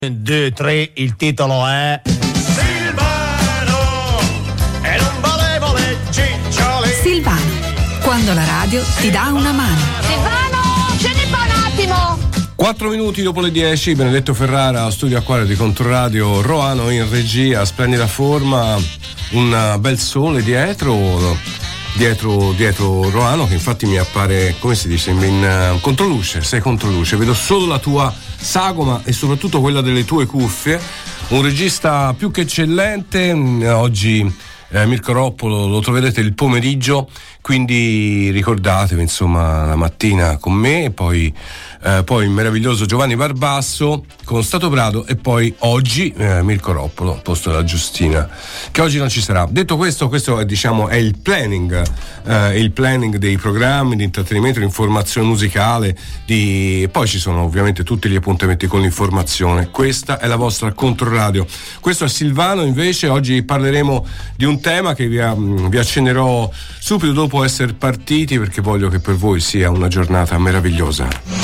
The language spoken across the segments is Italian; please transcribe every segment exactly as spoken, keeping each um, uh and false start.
un, due, tre, il titolo è Silvano e non volevo le cicciole. Silvano, quando la radio ti dà una mano. Silvano, scendi qua un attimo. Quattro minuti dopo le dieci, Benedetto Ferrara, studio Acquario di Controradio, Roano in regia, splendida forma, un bel sole dietro, dietro, dietro Roano, che infatti mi appare, come si dice, in uh, controluce, sei controluce, vedo solo la tua sagoma e soprattutto quella delle tue cuffie, un regista più che eccellente, oggi eh, Mirko Roppolo lo troverete il pomeriggio, quindi ricordatevi insomma la mattina con me e poi Eh, poi il meraviglioso Giovanni Barbasso con Stato Prado e poi oggi eh, Mirko Roppolo, posto da Giustina, che oggi non ci sarà. Detto questo, questo è, diciamo, è il planning, eh, il planning dei programmi di intrattenimento, di informazione musicale, di... poi ci sono ovviamente tutti gli appuntamenti con l'informazione. Questa è la vostra Controradio. Questo è Silvano, invece oggi parleremo di un tema che vi, vi accennerò subito dopo essere partiti, perché voglio che per voi sia una giornata meravigliosa.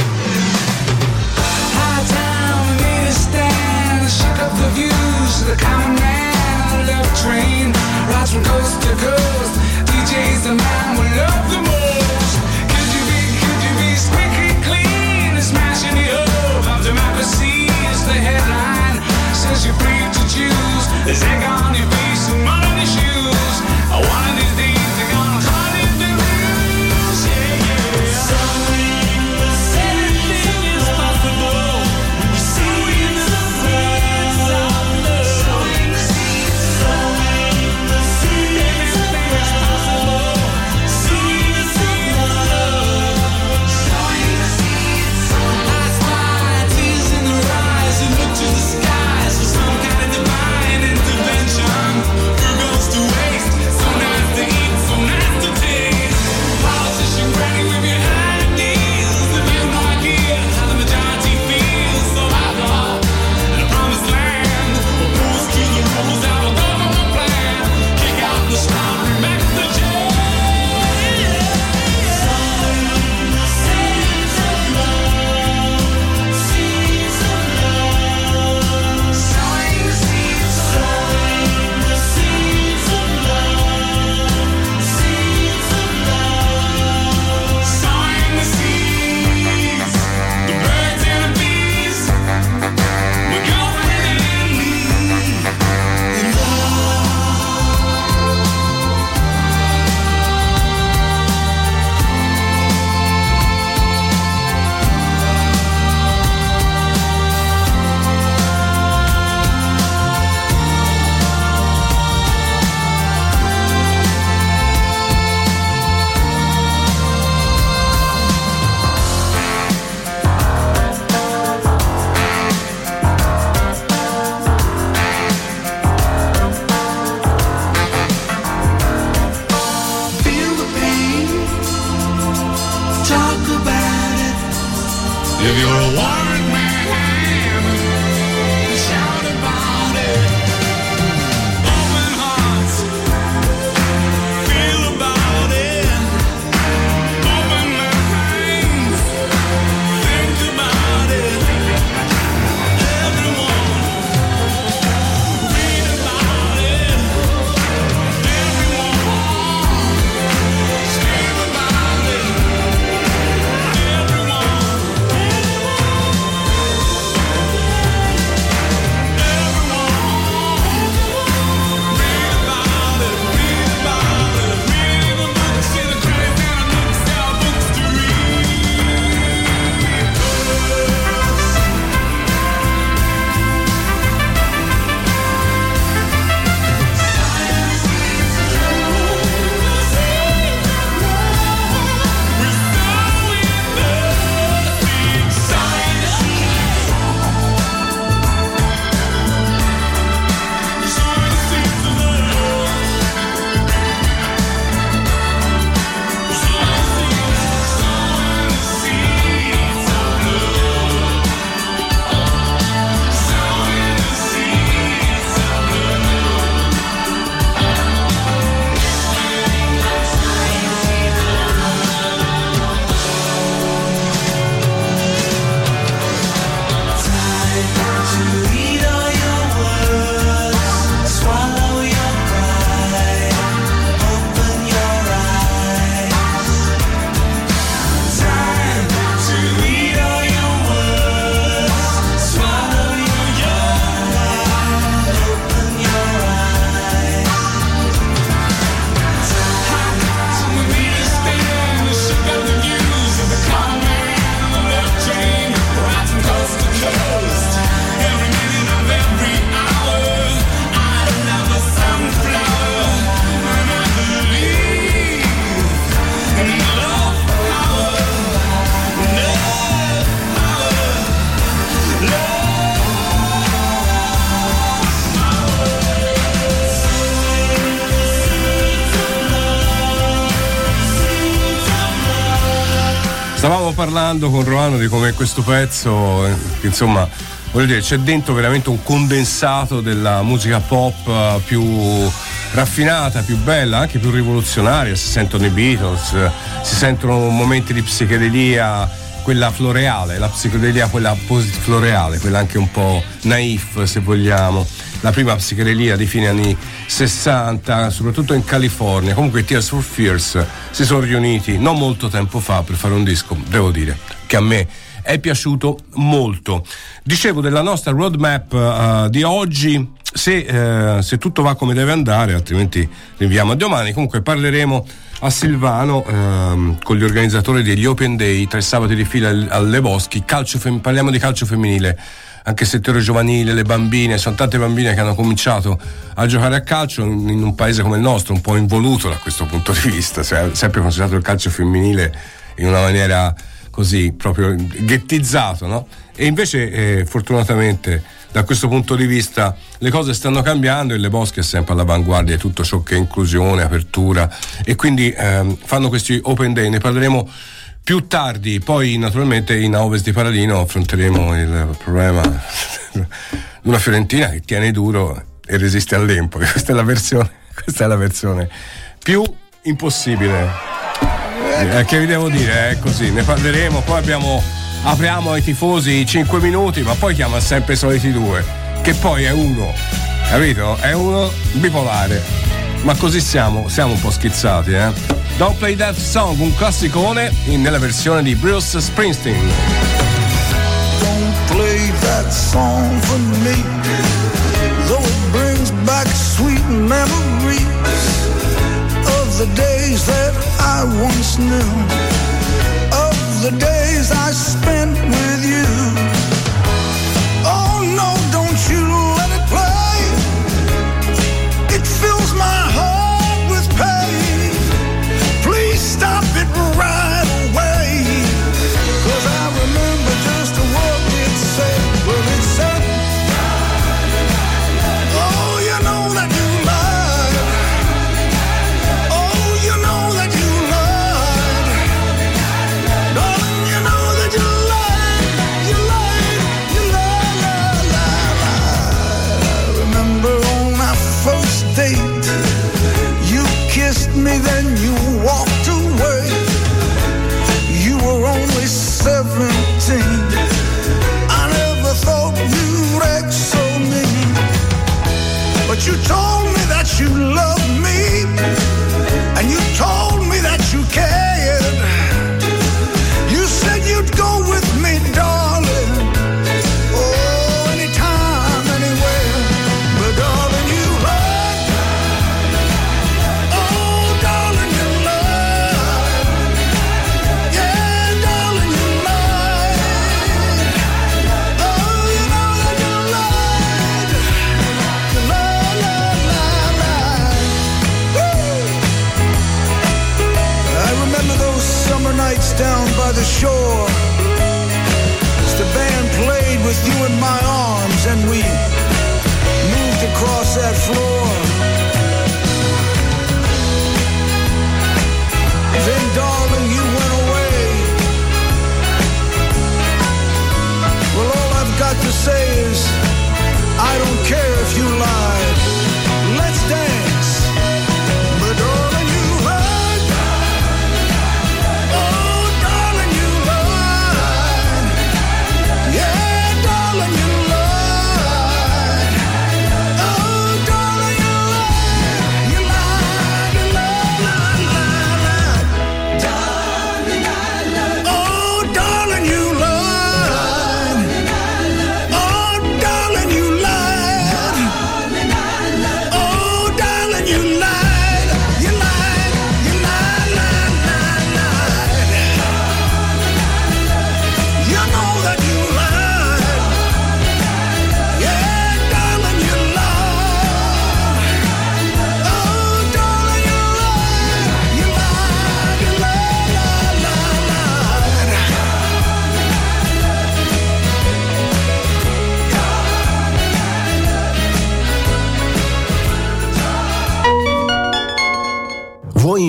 The common man, love train, rides from coast to coast. D J's the man we love the most. Could you be, could you be squeaky clean? Smashing the hope of democracy is the headline. Says you're free to choose. There's egg on your face and mud on your shoes. One of these days they're gonna call it the blues. Yeah, yeah. Somewhere in the parlando con Roano di come questo pezzo, eh, insomma, voglio dire, c'è dentro veramente un condensato della musica pop più raffinata, più bella, anche più rivoluzionaria. Si sentono i Beatles, si sentono momenti di psichedelia, quella floreale, la psichedelia quella post-floreale, quella anche un po' naif, se vogliamo. La prima psichedelia di fine anni sessanta, soprattutto in California. Comunque i Tears for Fears si sono riuniti non molto tempo fa per fare un disco, devo dire, che a me è piaciuto molto. Dicevo della nostra roadmap uh, di oggi, se, uh, se tutto va come deve andare, altrimenti rinviamo a domani. Comunque parleremo a Silvano uh, con gli organizzatori degli Open Day, tre sabati di fila alle Boschi. Calcio fem- parliamo di calcio femminile, anche settore giovanile, le bambine, sono tante bambine che hanno cominciato a giocare a calcio in, in un paese come il nostro, un po' involuto da questo punto di vista, cioè, sempre considerato il calcio femminile in una maniera così proprio ghettizzato, no? E invece eh, fortunatamente da questo punto di vista le cose stanno cambiando e le Bosche è sempre all'avanguardia di tutto ciò che è inclusione, apertura, e quindi ehm, fanno questi Open Day, ne parleremo più tardi. Poi naturalmente in A Ovest di Paladino affronteremo il problema di una Fiorentina che tiene duro e resiste all'Empoli. Questa è la versione, questa è la versione più impossibile. Eh, che vi devo dire, è così, ne parleremo. Poi abbiamo apriamo ai tifosi cinque minuti, ma poi chiama sempre i soliti due, che poi è uno, capito? È uno bipolare, ma così siamo, siamo un po' schizzati, eh? Don't Play That Song, un classicone in, nella versione di Bruce Springsteen. Don't play that song for me, though it brings back sweet memories of the days that I once knew, of the days I spent with you. Oh no, don't you let it play, it fills my heart with pain. Please stop it right away, 'cause I remember just what it said. Well, it said, oh, you know that you lied. Oh, you know that you lied. Darling, you know that you lied. You lied.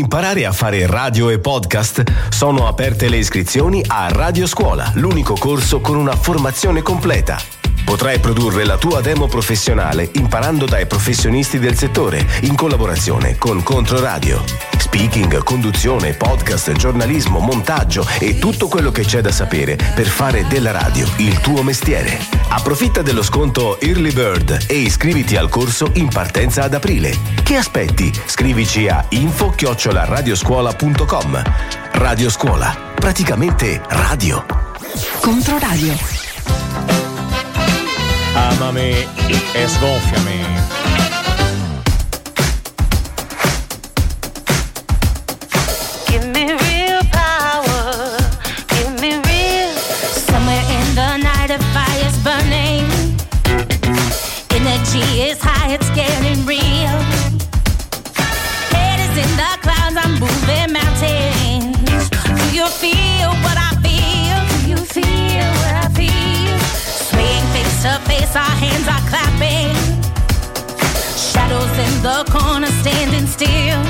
imparare a fare radio e podcast? Sono aperte le iscrizioni a Radio Scuola, l'unico corso con una formazione completa. Potrai produrre la tua demo professionale imparando dai professionisti del settore, in collaborazione con Controradio. Speaking, conduzione, podcast, giornalismo, montaggio e tutto quello che c'è da sapere per fare della radio il tuo mestiere. Approfitta dello sconto Early Bird e iscriviti al corso in partenza ad aprile. Che aspetti? Scrivici a info chiocciola radioscuola punto com. Radio Scuola, praticamente radio. Controradio. Amami e sgonfiami. Give me real power, give me real. Somewhere in the night a fire's burning. Energy is high, it's getting real. Head is in the clouds, I'm moving mountains. Do you feel what I feel? Do you feel what I feel? Swaying face to face, our hands are clapping. Shadows in the corner standing still.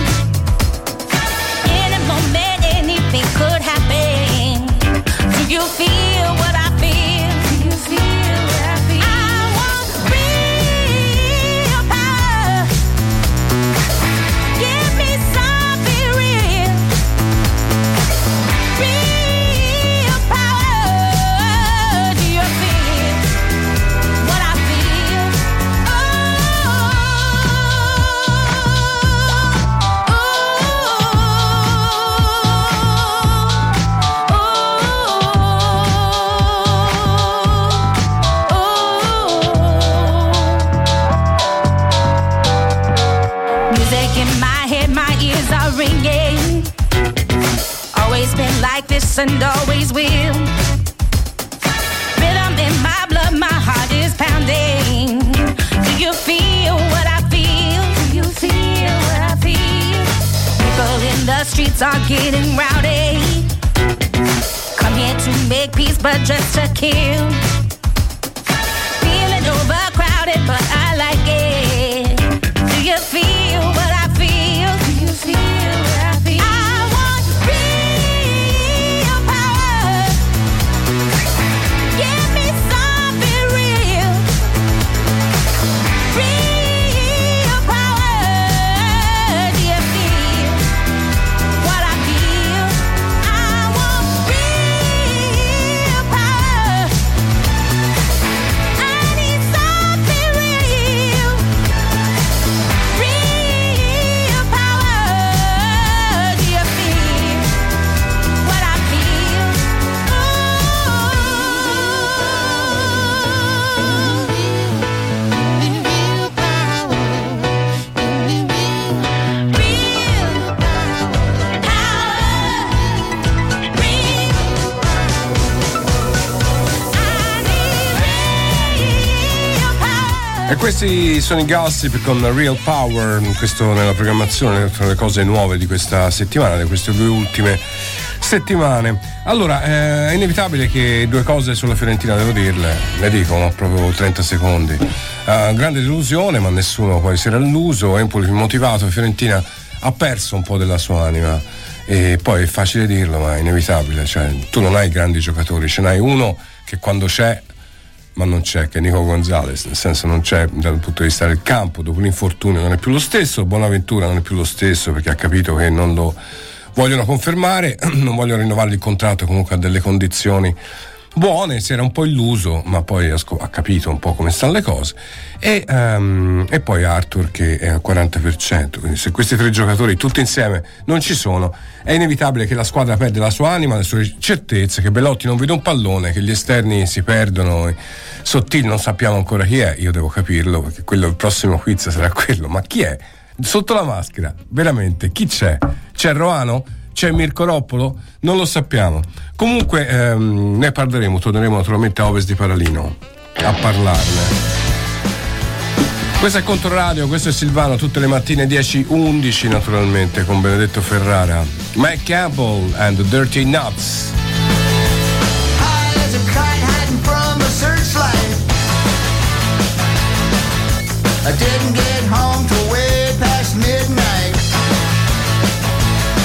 In a moment, anything could happen. Do you feel what I feel? Do you feel what I feel? I want real power. Give me something real. Real power. Do you feel what I feel? Music in my head, my ears are ringing. Always been like this and always will. Rhythm in my blood, my heart is pounding. Do you feel what I feel? Do you feel what I feel? People in the streets are getting rowdy. Come here to make peace, but just to kill. Feeling overcrowded, but I like it. Do you feel what I feel? Do you feel what I feel? I want real power. Give me something real. Real power. Do you feel what I feel? I want real power. I need something real. Real power. Do you feel what I feel? Real power. Real power. Real E questi sono i Gossip con Real Power, questo nella programmazione tra le cose nuove di questa settimana, di queste due ultime settimane. Allora, eh, è inevitabile che due cose sulla Fiorentina devo dirle, le dico, ho proprio trenta secondi. Uh, grande delusione, ma nessuno poi si era illuso, Empoli motivato, Fiorentina ha perso un po' della sua anima. E poi è facile dirlo, ma è inevitabile, cioè tu non hai grandi giocatori, ce n'hai uno che quando c'è ma non c'è, che è Nico Gonzalez, nel senso non c'è dal punto di vista del campo, dopo l'infortunio non è più lo stesso, Bonaventura non è più lo stesso perché ha capito che non lo vogliono confermare, non vogliono rinnovargli il contratto, comunque a delle condizioni buone, si era un po' illuso, ma poi ha, scop- ha capito un po' come stanno le cose. E, um, e poi Arthur che è al quaranta per cento, quindi se questi tre giocatori tutti insieme non ci sono, è inevitabile che la squadra perde la sua anima, le sue certezze, che Bellotti non vede un pallone, che gli esterni si perdono. Sottil non sappiamo ancora chi è, io devo capirlo perché quello, il prossimo quiz sarà quello, ma chi è? Sotto la maschera, veramente, chi c'è? C'è Roano? C'è Mirko Roppolo? Non lo sappiamo. Comunque ehm, ne parleremo, torneremo naturalmente a Ovest di Paralino a parlarne. Questo è Controradio, questo è Silvano, tutte le mattine dieci undici naturalmente con Benedetto Ferrara. Mike Campbell and the Dirty Nuts. High as a kite hiding from a searchlight. I didn't get home till way past midnight.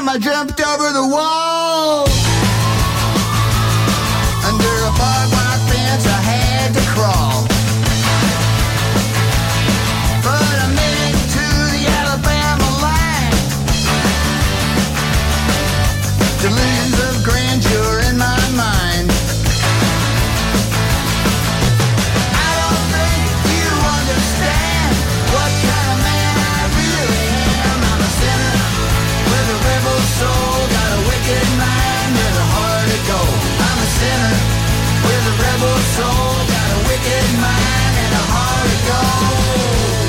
I jumped over the wall. Under a barbed wire fence I had to crawl. But I made it to the Alabama line. Delusions of grandeur in my mind. I don't think you understand what kind of man I really am. I'm a sinner with a rebel soul, got a wicked mind and a heart of gold. I'm a sinner with a rebel soul, got a wicked mind and a heart of gold.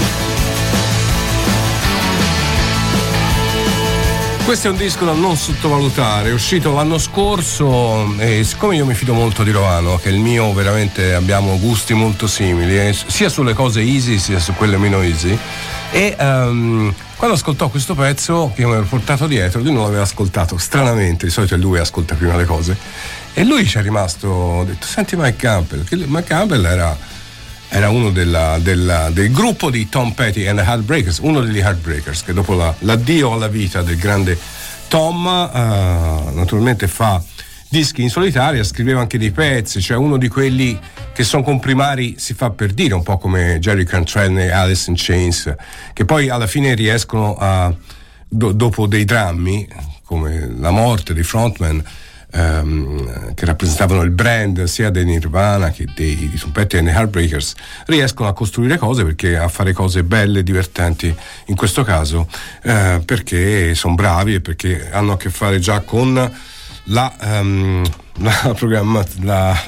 Questo è un disco da non sottovalutare, è uscito l'anno scorso e siccome io mi fido molto di Roano, che è il mio, veramente abbiamo gusti molto simili, eh, sia sulle cose easy sia su quelle meno easy, e um, quando ascoltò questo pezzo che io mi ero portato dietro, lui non l'aveva ascoltato, stranamente, di solito lui ascolta prima le cose, e lui ci è rimasto, ho detto senti Mike Campbell, che Mike Campbell era era uno della, della, del gruppo di Tom Petty and the Heartbreakers, uno degli Heartbreakers, che dopo la, l'addio alla vita del grande Tom uh, naturalmente fa dischi in solitaria, scriveva anche dei pezzi, cioè uno di quelli che sono comprimari, si fa per dire, un po' come Jerry Cantrell e Alice in Chains, che poi alla fine riescono a, do, dopo dei drammi come la morte dei frontman Um, che rappresentavano il brand sia dei Nirvana che dei Tom Petty e dei Heartbreakers, riescono a costruire cose, perché a fare cose belle, divertenti in questo caso, uh, perché sono bravi e perché hanno a che fare già con la um, la programma la,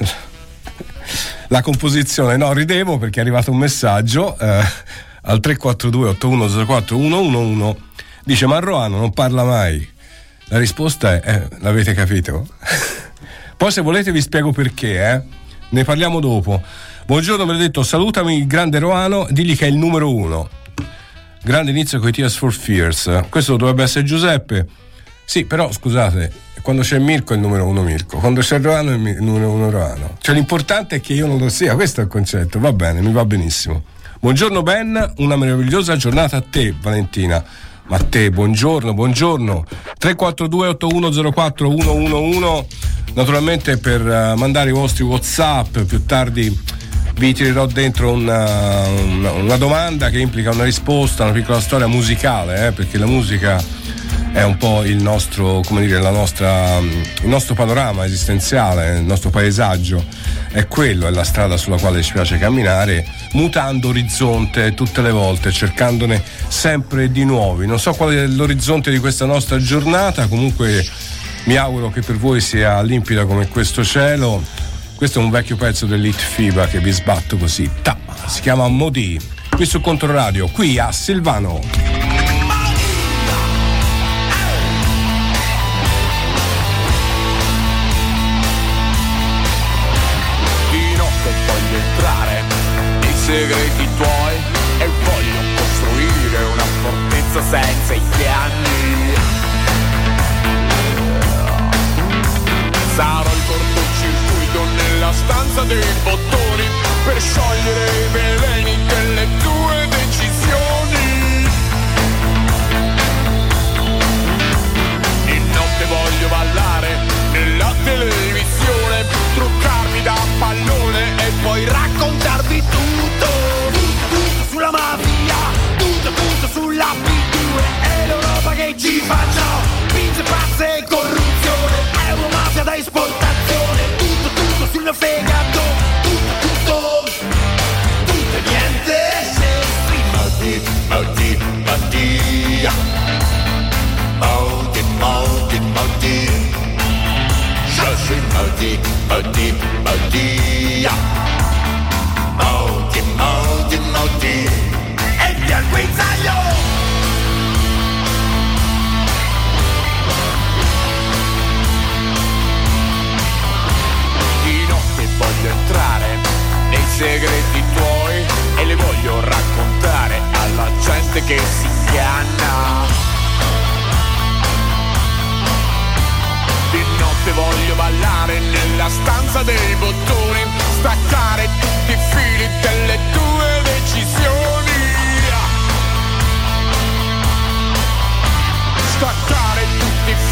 la composizione. No, ridevo perché è arrivato un messaggio uh, al tre quattro due otto uno zero quattro uno uno uno, dice ma Roano non parla mai. La risposta è, eh, l'avete capito? Poi se volete vi spiego perché, eh? Ne parliamo dopo. Buongiorno Benedetto, salutami il grande Roano, digli che è il numero uno. Grande inizio con i Tears for Fears. Questo dovrebbe essere Giuseppe. Sì, però scusate, quando c'è Mirko è il numero uno Mirko, quando c'è Roano è il numero uno Roano. Cioè l'importante è che io non lo sia, questo è il concetto, va bene, mi va benissimo. Buongiorno Ben, una meravigliosa giornata a te Valentina. Ma a te, buongiorno, buongiorno. tre quattro due otto uno zero quattro uno uno uno, naturalmente per uh, mandare i vostri WhatsApp. Più tardi vi tirerò dentro una, una, una domanda che implica una risposta, una piccola storia musicale, eh, perché la musica è un po' il nostro, come dire, la nostra, il nostro panorama esistenziale, il nostro paesaggio è quello, è la strada sulla quale ci piace camminare, mutando orizzonte tutte le volte, cercandone sempre di nuovi. Non so qual è l'orizzonte di questa nostra giornata, comunque mi auguro che per voi sia limpida come questo cielo. Questo è un vecchio pezzo dell'Hit FIBA che vi sbatto così, ta, si chiama Modi, qui su Controradio, qui a Silvano. Segreti tuoi e voglio costruire una fortezza senza i anni. Sarò il cortocircuito nella stanza dei bottoni per sciogliere i veleni delle tue decisioni. Di notte voglio ballare nella televisione, truccarmi da pallone e poi raccontarvi tutto. Tutto, tutto sulla mafia, tutto, tutto sulla P due e l'Europa che ci fa ciò, pinze, pazze e corruzione, euromafia da esportazione, tutto, tutto sul fegato, tutto, tutto, tutto e niente se si Modi, Modi, Modi, Modi, Modi, Modi, je suis Modi, Modi, Modi, Modi, Modi, Modi, e via il guizzaglio! Di notte voglio entrare nei segreti tuoi e li voglio raccontare alla gente che si chiama. Di notte voglio ballare nella stanza dei bottoni, staccare tutti i fili delle tue decisioni. Staccare tutti i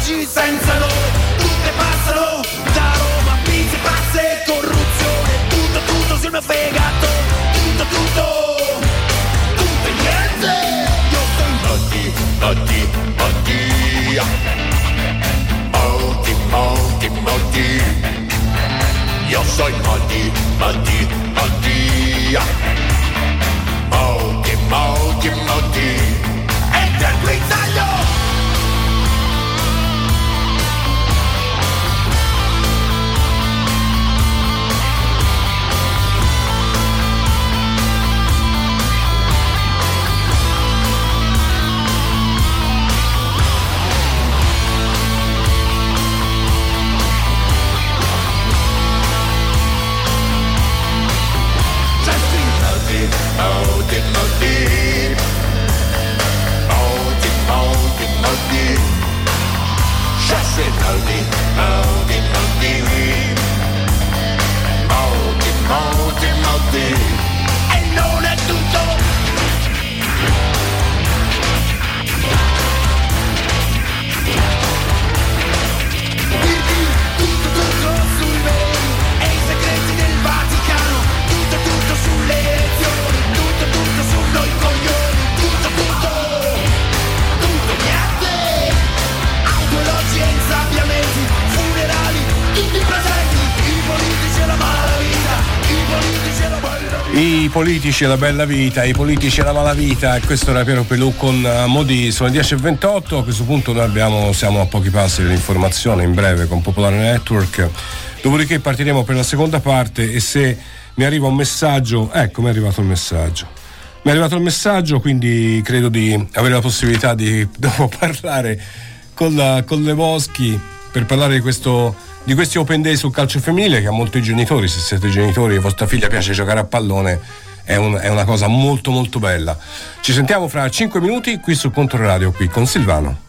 oggi senza loro tutte passano, da Roma pizze pazze, corruzione, tutto tutto sul mio fegato, tutto tutto, tutto e niente. Io sono Matti, Matti, Mattia, Matti, Matti, Matti. Io sono Matti, Matti, Mattia, Matti, Matti, Matti. E tranquillo. Modi, modi, modi, modi, modi, just modi, modi, modi, modi, modi, modi, e non è tutto. Dirti tutto, tutto sui veri e i segreti del Vaticano, tutto, tutto sulle elezioni. Noi coglioni, tutto, tutto, tutto, niente. Autologi e insabbiamenti, funerali, tutti presenti. I politici e la malavita, i politici e la bella vita. I politici e la bella vita, i politici e la malavita. E questo era Piero Pelù con Modi. Sono le dieci e ventotto. A questo punto noi abbiamo, siamo a pochi passi dell'informazione in breve con Popolare Network. Dopodiché partiremo per la seconda parte e se mi arriva un messaggio, ecco mi è arrivato il messaggio. Mi è arrivato il messaggio, quindi credo di avere la possibilità di dopo parlare con, la, con Lewosky per parlare di questo di questi open day sul calcio femminile che a molti genitori, se siete genitori e vostra figlia piace giocare a pallone, è, un, è una cosa molto molto bella. Ci sentiamo fra cinque minuti qui su Controradio, qui con Silvano.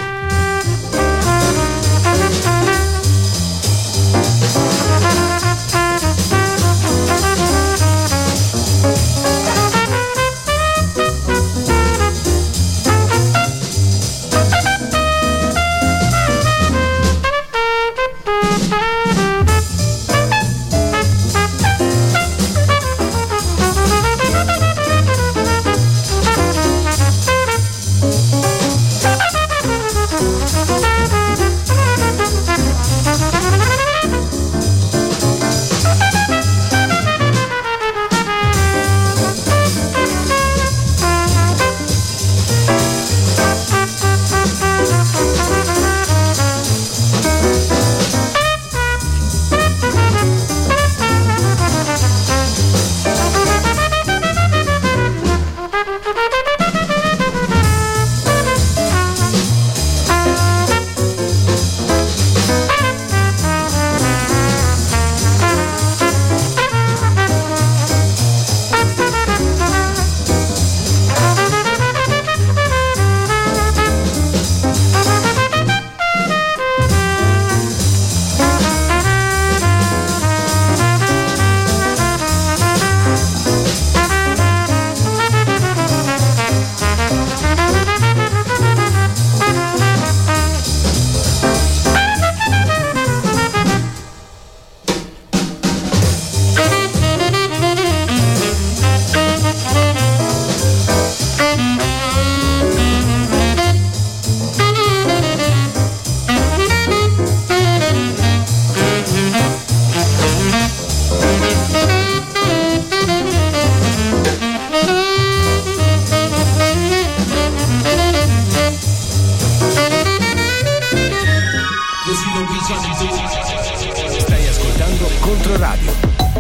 Stai ascoltando Controradio.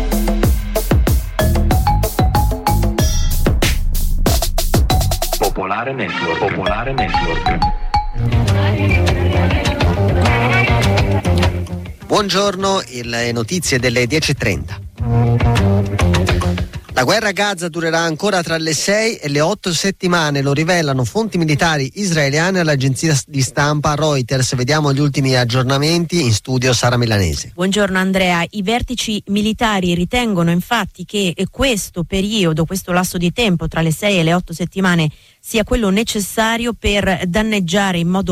Popolare Network. Popolare Network. Buongiorno, le notizie delle dieci e trenta. La guerra a Gaza durerà ancora tra le sei e le otto settimane, lo rivelano fonti militari israeliane all'agenzia di stampa Reuters. Vediamo gli ultimi aggiornamenti, in studio Sara Milanese. Buongiorno Andrea, i vertici militari ritengono infatti che questo periodo, questo lasso di tempo tra le sei e le otto settimane sia quello necessario per danneggiare in modo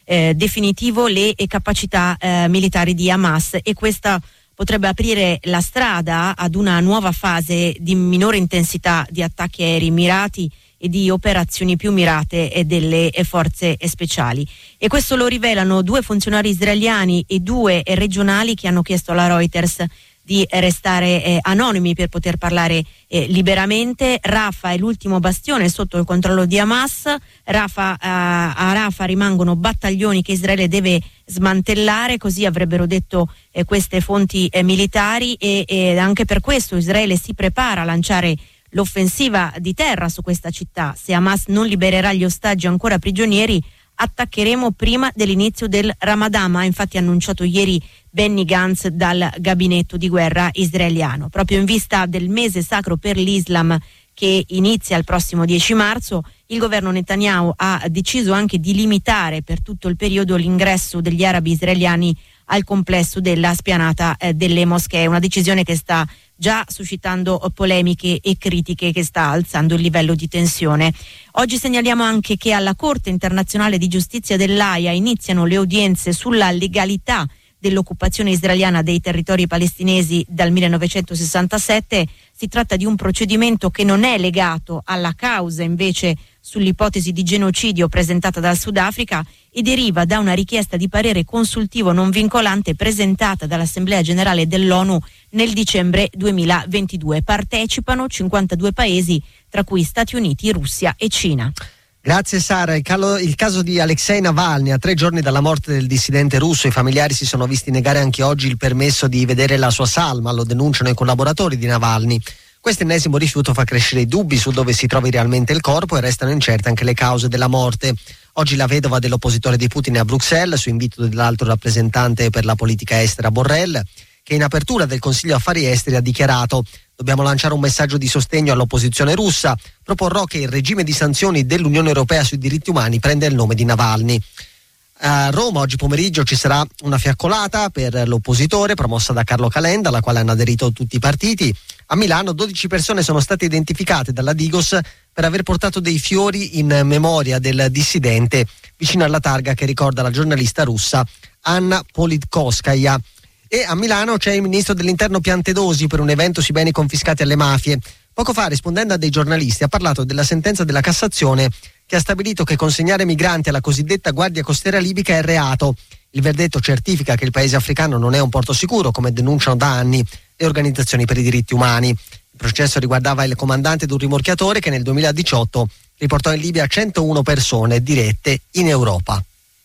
eh, definitivo le eh, capacità eh, militari di Hamas, e questa potrebbe aprire la strada ad una nuova fase di minore intensità di attacchi aerei mirati e di operazioni più mirate e delle forze speciali. E questo lo rivelano due funzionari israeliani e due regionali che hanno chiesto alla Reuters di restare eh, anonimi per poter parlare eh, liberamente. Rafah è l'ultimo bastione sotto il controllo di Hamas. Rafah, eh, a Rafah rimangono battaglioni che Israele deve smantellare, così avrebbero detto eh, queste fonti eh, militari, e, e anche per questo Israele si prepara a lanciare l'offensiva di terra su questa città. Se Hamas non libererà gli ostaggi ancora prigionieri, attaccheremo prima dell'inizio del Ramadan, ha infatti annunciato ieri Benny Gantz dal gabinetto di guerra israeliano. Proprio in vista del mese sacro per l'Islam che inizia il prossimo dieci marzo, il governo Netanyahu ha deciso anche di limitare per tutto il periodo l'ingresso degli arabi israeliani al complesso della spianata eh, delle moschee, una decisione che sta già suscitando polemiche e critiche, che sta alzando il livello di tensione. Oggi segnaliamo anche che alla Corte internazionale di giustizia dell'Aia iniziano le udienze sulla legalità dell'occupazione israeliana dei territori palestinesi dal millenovecentosessantasette. Si tratta di un procedimento che non è legato alla causa invece sull'ipotesi di genocidio presentata dal Sudafrica e deriva da una richiesta di parere consultivo non vincolante presentata dall'Assemblea Generale dell'ONU nel dicembre duemilaventidue. Partecipano cinquantadue paesi, tra cui Stati Uniti, Russia e Cina. Grazie Sara. Il, calo, il caso di Alexei Navalny, a tre giorni dalla morte del dissidente russo, i familiari si sono visti negare anche oggi il permesso di vedere la sua salma, lo denunciano i collaboratori di Navalny. Questo ennesimo rifiuto fa crescere i dubbi su dove si trovi realmente il corpo e restano incerte anche le cause della morte. Oggi la vedova dell'oppositore di Putin è a Bruxelles, su invito dell'alto rappresentante per la politica estera Borrell, che in apertura del Consiglio Affari Esteri ha dichiarato: dobbiamo lanciare un messaggio di sostegno all'opposizione russa, proporrò che il regime di sanzioni dell'Unione Europea sui diritti umani prenda il nome di Navalny. A Roma oggi pomeriggio ci sarà una fiaccolata per l'oppositore promossa da Carlo Calenda, alla quale hanno aderito tutti i partiti. A Milano dodici persone sono state identificate dalla Digos per aver portato dei fiori in memoria del dissidente vicino alla targa che ricorda la giornalista russa Anna Politkovskaya. E a Milano c'è il ministro dell'Interno Piantedosi per un evento sui beni confiscati alle mafie. Poco fa, rispondendo a dei giornalisti, ha parlato della sentenza della Cassazione che ha stabilito che consegnare migranti alla cosiddetta Guardia Costiera libica è reato. Il verdetto certifica che il paese africano non è un porto sicuro, come denunciano da anni le organizzazioni per i diritti umani. Il processo riguardava il comandante di un rimorchiatore che nel duemiladiciotto riportò in Libia centouno persone dirette in Europa.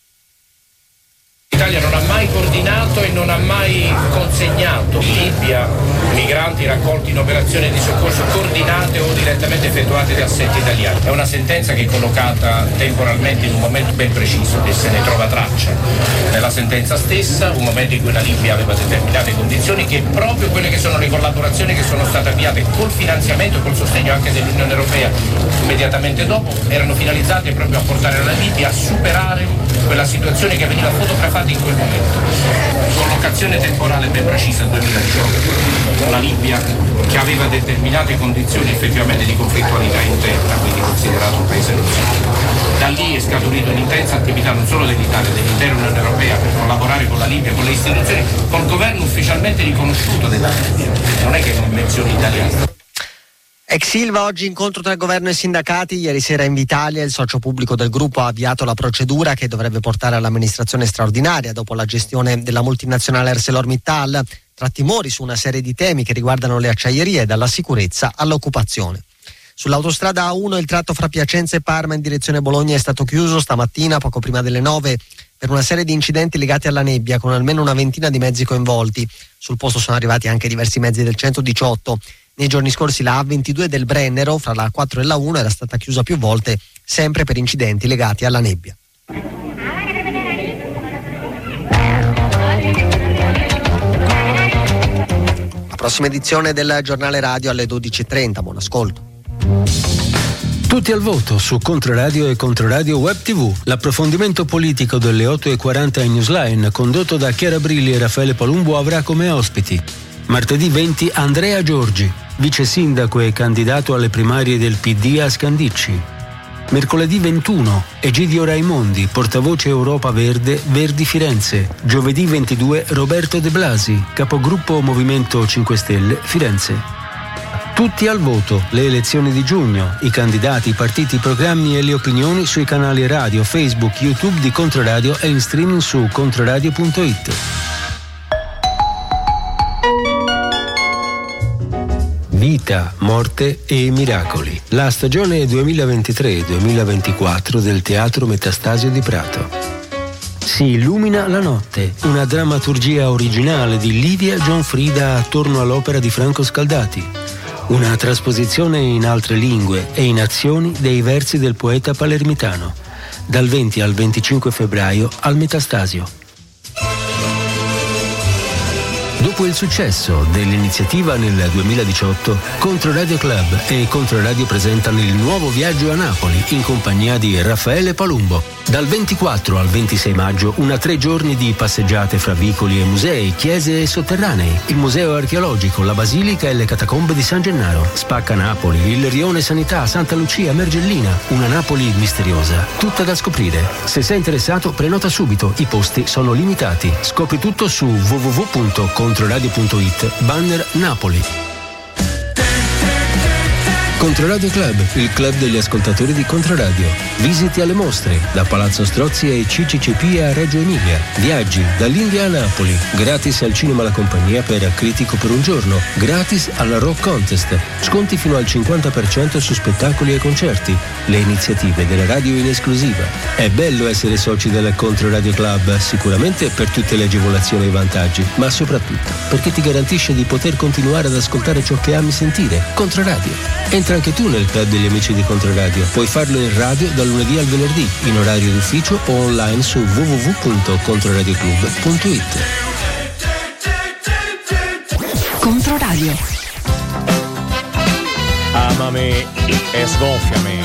L'Italia non ha mai coordinato e non ha mai consegnato in Libia migranti raccolti in operazioni di soccorso coordinate o direttamente effettuate da assetti italiani. È una sentenza che è collocata temporalmente in un momento ben preciso e se ne trova traccia nella sentenza stessa, un momento in cui la Libia aveva determinate condizioni che proprio quelle che sono le collaborazioni che sono state avviate col finanziamento e col sostegno anche dell'Unione Europea immediatamente dopo erano finalizzate proprio a portare la Libia a superare quella situazione che veniva fotografata in quel momento. Collocazione temporale ben precisa duemiladiciotto. La Libia che aveva determinate condizioni effettivamente di conflittualità interna, quindi considerato un paese non sicuro. Da lì è scaturita un'intensa attività non solo dell'Italia, dell'intera Unione Europea per collaborare con la Libia, con le istituzioni, col governo ufficialmente riconosciuto della Libia. Non è che è un'invenzione italiana. Ex Ilva, oggi incontro tra governo e sindacati. Ieri sera in Vitalia il socio pubblico del gruppo ha avviato la procedura che dovrebbe portare all'amministrazione straordinaria dopo la gestione della multinazionale ArcelorMittal, tra timori su una serie di temi che riguardano le acciaierie, dalla sicurezza all'occupazione. Sull'autostrada A uno il tratto fra Piacenza e Parma in direzione Bologna è stato chiuso stamattina poco prima delle nove per una serie di incidenti legati alla nebbia, con almeno una ventina di mezzi coinvolti. Sul posto sono arrivati anche diversi mezzi del centodiciotto. Nei giorni scorsi la A ventidue del Brennero fra la A quattro e la uno era stata chiusa più volte, sempre per incidenti legati alla nebbia. La prossima edizione del giornale radio alle dodici e trenta. Buon ascolto. Tutti al voto su Controradio e Controradio Web tivù. L'approfondimento politico delle otto e quaranta in Newsline, condotto da Chiara Brilli e Raffaele Palumbo, avrà come ospiti martedì venti Andrea Giorgi, vice sindaco e candidato alle primarie del P D a Scandicci. Mercoledì ventuno, Egidio Raimondi, portavoce Europa Verde, Verdi Firenze. Giovedì ventidue, Roberto De Blasi, capogruppo Movimento cinque Stelle, Firenze. Tutti al voto, le elezioni di giugno, i candidati, i partiti, i programmi e le opinioni sui canali radio, Facebook, YouTube di Controradio e in streaming su controradio punto it. Vita, morte e miracoli. La stagione duemilaventitré duemilaventiquattro del Teatro Metastasio di Prato. Si illumina la notte, una drammaturgia originale di Livia Gianfrida attorno all'opera di Franco Scaldati. Una trasposizione in altre lingue e in azioni dei versi del poeta palermitano. Dal venti al venticinque febbraio al Metastasio. Dopo il successo dell'iniziativa nel duemiladiciotto, Controradio Club e Controradio presentano il nuovo viaggio a Napoli in compagnia di Raffaele Palumbo. Dal ventiquattro al ventisei maggio, una tre giorni di passeggiate fra vicoli e musei, chiese e sotterranei, il museo archeologico, la basilica e le catacombe di San Gennaro, Spacca Napoli, il Rione Sanità, Santa Lucia, Mergellina, una Napoli misteriosa, tutta da scoprire. Se sei interessato, prenota subito, i posti sono limitati. Scopri tutto su w w w punto controradio punto it, banner Napoli. Controradio Club, il club degli ascoltatori di Controradio. Visiti alle mostre, da Palazzo Strozzi ai C C C P a Reggio Emilia. Viaggi dall'India a Napoli. Gratis al cinema La Compagnia per Critico per un giorno. Gratis alla Rock Contest. Sconti fino al cinquanta per cento su spettacoli e concerti. Le iniziative della radio in esclusiva. È bello essere soci del Controradio Club, sicuramente per tutte le agevolazioni e i vantaggi, ma soprattutto perché ti garantisce di poter continuare ad ascoltare ciò che ami sentire. Controradio. Entra anche tu nel club degli amici di Controradio. Puoi farlo in radio dal lunedì al venerdì, in orario d'ufficio o online su w w w punto controradioclub punto it. Controradio. Amami e sgonfiami.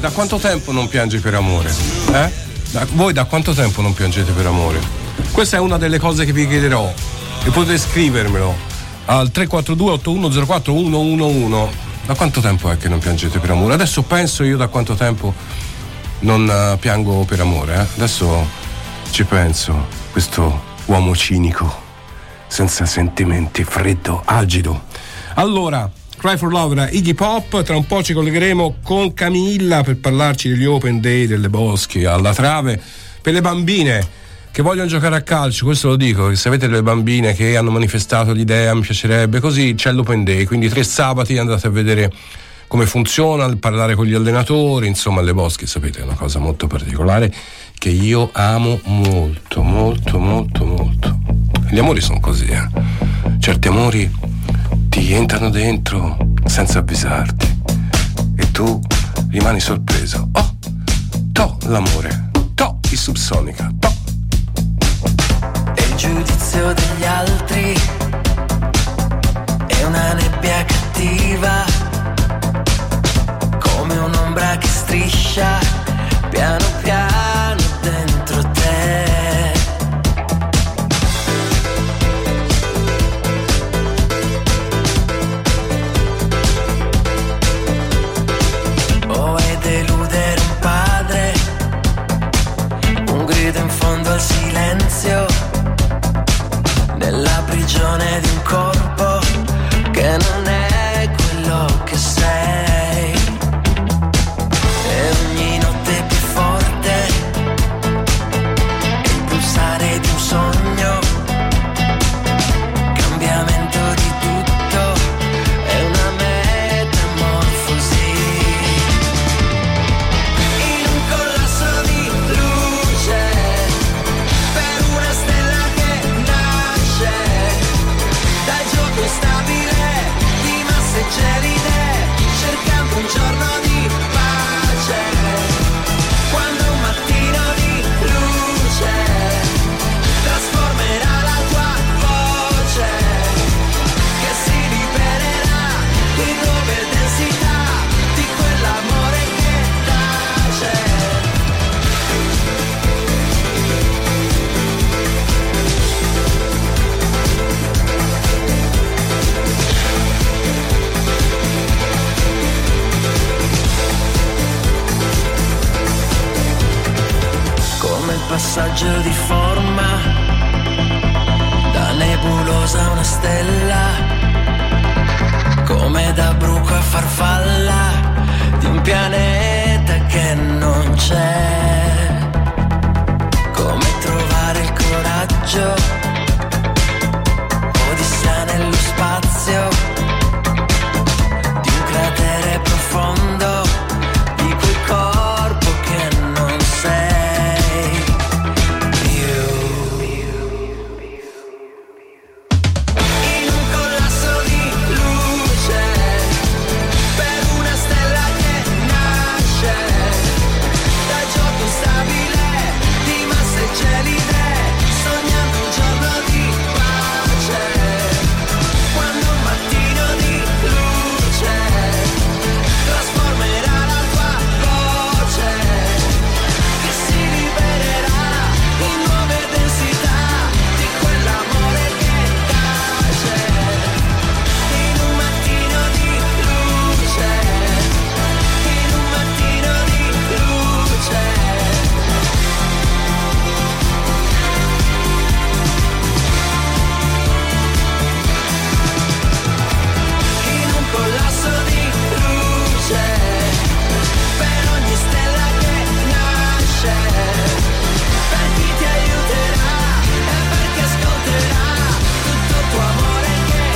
da quanto tempo non piangi per amore? Eh? Da, voi da quanto tempo non piangete per amore? Questa è una delle cose che vi chiederò e potete scrivermelo al tre quattro due otto uno zero quattro uno uno uno. Da quanto tempo è che non piangete per amore? Adesso penso io da quanto tempo non uh, piango per amore, eh? Adesso ci penso, questo uomo cinico, senza sentimenti, freddo, agido. Allora, Cry for Love era Iggy Pop, tra un po' ci collegheremo con Camilla per parlarci degli Open Day delle Boschi alla Trave per le bambine che vogliono giocare a calcio. Questo lo dico, che se avete delle bambine che hanno manifestato l'idea, mi piacerebbe, così c'è l'Open Day, quindi tre sabati andate a vedere come funziona, parlare con gli allenatori, insomma le Boschi sapete è una cosa molto particolare che io amo molto molto molto molto. Gli amori sono così, eh. Certi amori ti entrano dentro senza avvisarti e tu rimani sorpreso. Oh, to l'amore, to il Subsonica, to. E il giudizio degli altri è una nebbia cattiva, come un'ombra che striscia piano piano dentro te. O è deludere un padre, un grido in fondo al silenzio, nella prigione di un corpo che non è quello che sei. E ogni notte più forte, il pulsare di un sogno, cambiamento di tutto, è una metamorfosi. In un collasso di luce, per una stella che nasce dal gioco instabile di masse gelide, cercando un giorno di pace, quando un mattino di luce trasformerà la tua voce, che si libererà in nuove densità di quell'amore che tace. Come il passaggio di forma da nebulosa a una stella, come da bruco a farfalla di un pianeta che non c'è. Come trovare il coraggio, odissea nello spazio di un cratere profondo, di quel corpo che non sei più. In un collasso di luce, per una stella che nasce dal gioco instabile di masse gelide, sognando un giorno di pace, quando un mattino di luce trasformerà la tua voce, che si libererà in nuove densità di quell'amore che tace. In un mattino di luce, in un mattino di luce. In un collasso di luce, per ogni stella che nasce, per chi ti aiuterà e per chi ascolterà tutto il tuo amore che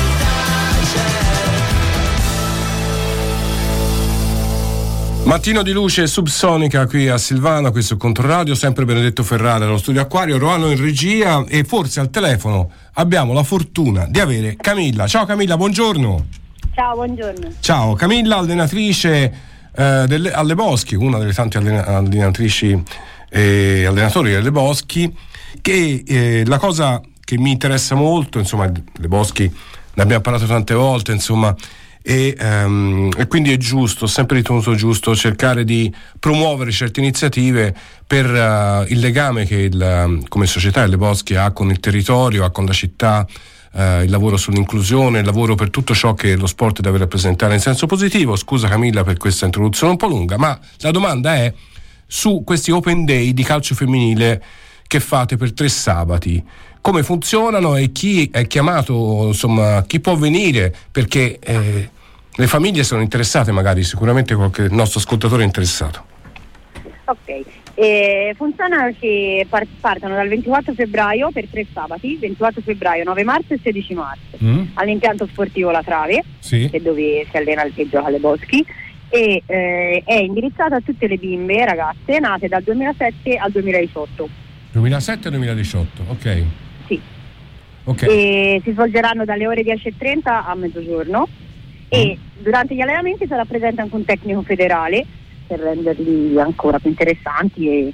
tace. Mattino di luce Subsonica qui a Silvano, qui su Controradio, sempre Benedetto Ferrara allo studio Acquario, Roano in regia e forse al telefono abbiamo la fortuna di avere Camilla. Ciao Camilla, buongiorno. Ciao, buongiorno. Ciao Camilla, allenatrice eh, delle, alle Boschi, una delle tante allena- allenatrici e allenatori delle Boschi, che eh, la cosa che mi interessa molto, insomma, le Boschi ne abbiamo parlato tante volte, insomma, e, um, e quindi è giusto, ho sempre ritenuto giusto cercare di promuovere certe iniziative per uh, il legame che il, come società Le Boschi ha con il territorio, ha con la città, uh, il lavoro sull'inclusione, il lavoro per tutto ciò che lo sport deve rappresentare in senso positivo. Scusa Camilla per questa introduzione un po' lunga, ma la domanda è su questi open day di calcio femminile che fate per tre sabati, come funzionano e chi è chiamato, insomma, chi può venire, perché eh, le famiglie sono interessate, magari sicuramente qualche nostro ascoltatore è interessato. Ok, eh, funziona che par- partono dal ventiquattro febbraio per tre sabati, ventiquattro febbraio, nove marzo e sedici marzo, mm. all'impianto sportivo La Trave, sì. che dove si allena e gioca Le Boschi, e eh, è indirizzata a tutte le bimbe, ragazze, nate dal duemilasette al duemiladiciotto. duemilasette e duemiladiciotto, ok. Sì. Okay. E si svolgeranno dalle ore dieci e trenta a mezzogiorno mm. e durante gli allenamenti sarà presente anche un tecnico federale per renderli ancora più interessanti. E...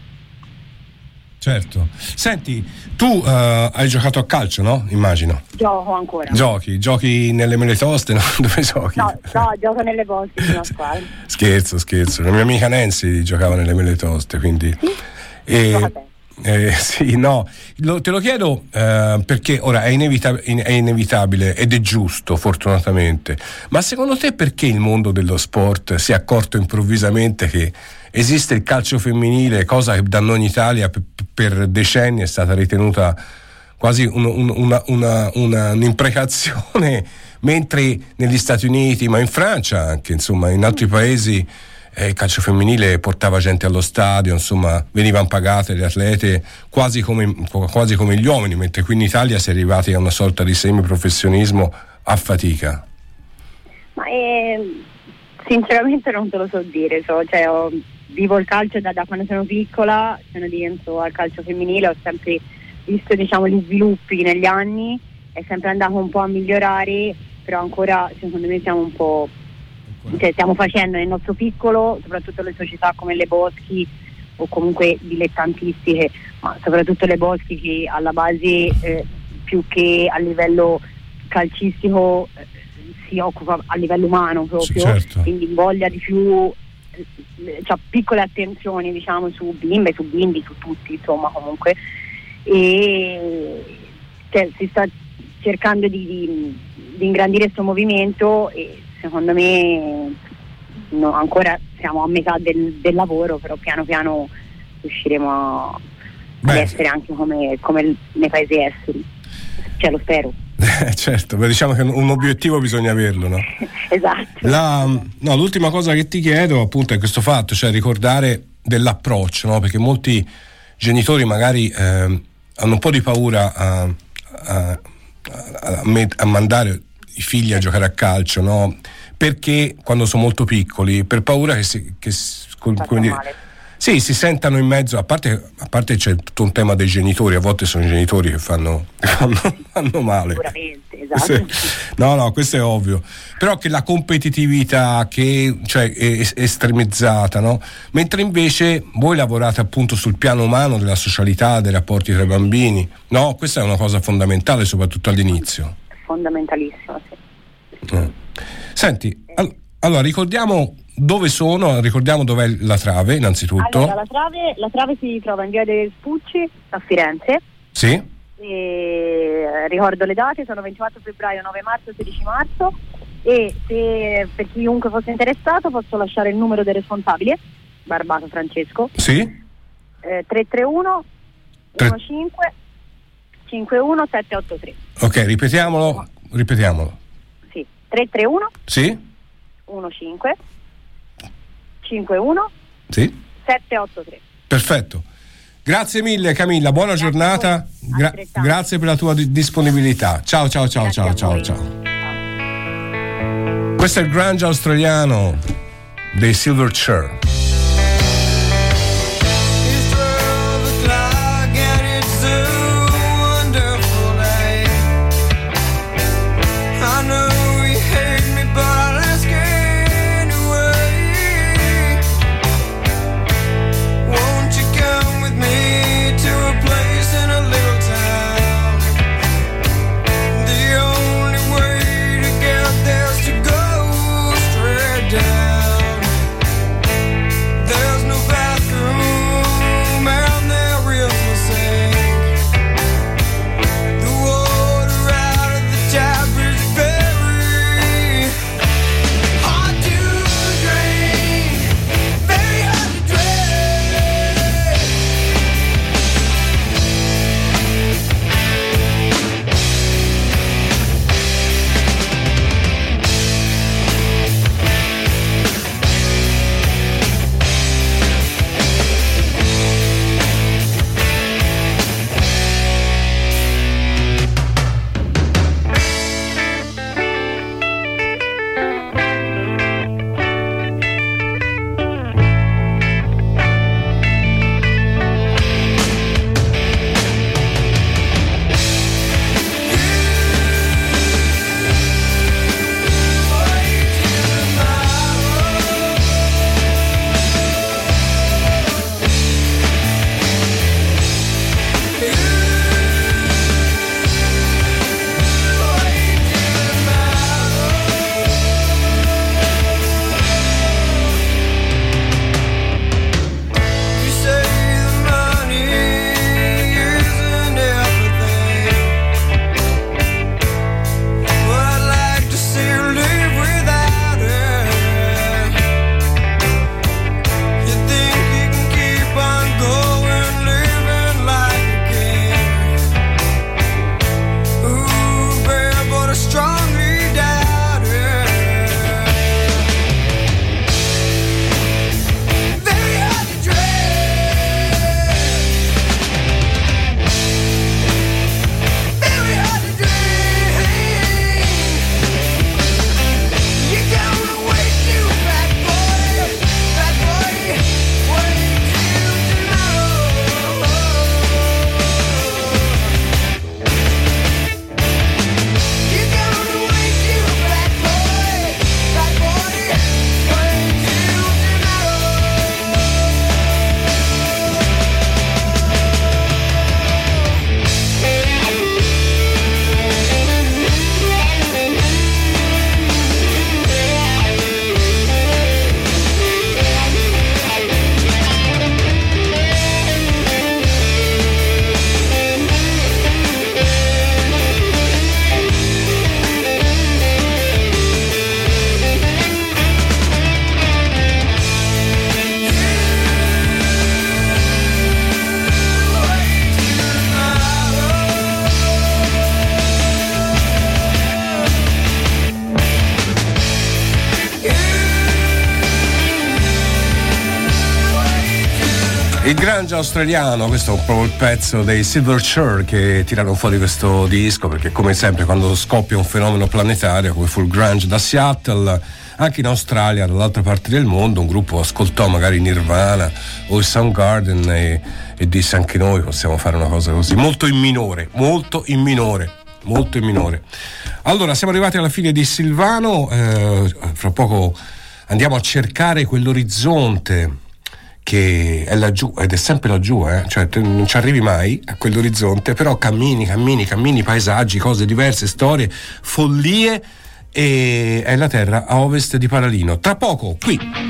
Certo. Senti, tu uh, hai giocato a calcio, no? Immagino. Gioco ancora. Giochi? Giochi nelle mele toste? No? Dove giochi? No, no, gioco nelle Boschi di una squadra. Scherzo, scherzo. La mia amica Nancy giocava nelle mele toste, quindi... Sì? E... Eh, sì, no, lo, te lo chiedo eh, perché ora è, inevita- è inevitabile ed è giusto, fortunatamente, ma secondo te perché il mondo dello sport si è accorto improvvisamente che esiste il calcio femminile, cosa che da noi in Italia per, per decenni è stata ritenuta quasi un, un, una, una, una, un'imprecazione, mentre negli Stati Uniti, ma in Francia anche, insomma, in altri paesi il calcio femminile portava gente allo stadio, insomma venivano pagate le atlete quasi come, quasi come gli uomini, mentre qui in Italia si è arrivati a una sorta di semiprofessionismo a fatica. Ma eh, sinceramente non te lo so dire, so, cioè, ho, vivo il calcio da, da quando sono piccola, sono dentro al calcio femminile, ho sempre visto, diciamo, gli sviluppi negli anni, è sempre andato un po' a migliorare, però ancora secondo me siamo un po'... Cioè, stiamo facendo nel nostro piccolo, soprattutto le società come Le Boschi o comunque dilettantistiche, ma soprattutto Le Boschi che alla base eh, più che a livello calcistico eh, si occupa a livello umano proprio, certo. Quindi voglia di più, eh, cioè piccole attenzioni, diciamo, su bimbe, su bimbi, su tutti, insomma, comunque, e cioè, si sta cercando di, di, di ingrandire questo movimento e secondo me no, ancora siamo a metà del, del lavoro, però piano piano riusciremo a, ad essere anche come, come nei paesi esteri, cioè lo spero. Certo, beh, diciamo che un obiettivo bisogna averlo, no? Esatto. La, no, l'ultima cosa che ti chiedo appunto è questo fatto, cioè ricordare dell'approccio, no? Perché molti genitori magari eh, hanno un po' di paura a, a, a, a, a mandare i figli a giocare a calcio, no? Perché quando sono molto piccoli, per paura che si, che, come dire, sì, si sentano in mezzo, a parte, a parte c'è tutto un tema dei genitori, a volte sono i genitori che fanno, fanno, fanno male. Sicuramente, esatto. No, no, questo è ovvio. Però che la competitività che cioè è estremizzata, no? Mentre invece voi lavorate appunto sul piano umano della socialità, dei rapporti tra i bambini, no? Questa è una cosa fondamentale, soprattutto all'inizio. Fondamentalissimo, sì. Eh. Senti, all- allora ricordiamo dove sono, ricordiamo dov'è la Trave innanzitutto. Allora, la Trave, la Trave si trova in via dei Spucci a Firenze. Sì. E ricordo le date, sono ventiquattro febbraio, nove marzo e sedici marzo, e se per chiunque fosse interessato posso lasciare il numero del responsabile, Barbato Francesco. Sì. Eh, tre tre uno uno cinque cinque uno sette otto tre. Ok, ripetiamolo, ripetiamolo. Sì, tre tre uno Sì. uno cinque cinque uno Sì. sette otto tre. Perfetto. Grazie mille Camilla, buona Grazie giornata. Gra- grazie per la tua di- disponibilità. Ciao ciao ciao ciao ciao ciao. Questo è il grunge australiano dei Silverchair. Go Il grunge australiano, questo è proprio il pezzo dei Silverchair che tirano fuori questo disco, perché come sempre quando scoppia un fenomeno planetario come fu il grunge da Seattle, anche in Australia, dall'altra parte del mondo, un gruppo ascoltò magari Nirvana o il Soundgarden e, e disse anche noi possiamo fare una cosa così, molto in minore, molto in minore, molto in minore. Allora, siamo arrivati alla fine di Silvano, eh, fra poco andiamo a cercare quell'orizzonte che è laggiù ed è sempre laggiù, eh? Cioè non ci arrivi mai a quell'orizzonte, però cammini, cammini, cammini, paesaggi, cose diverse, storie, follie, e è la terra a ovest di Paralino. Tra poco, qui.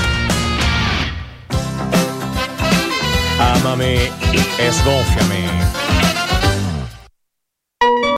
Amami e sgonfiami.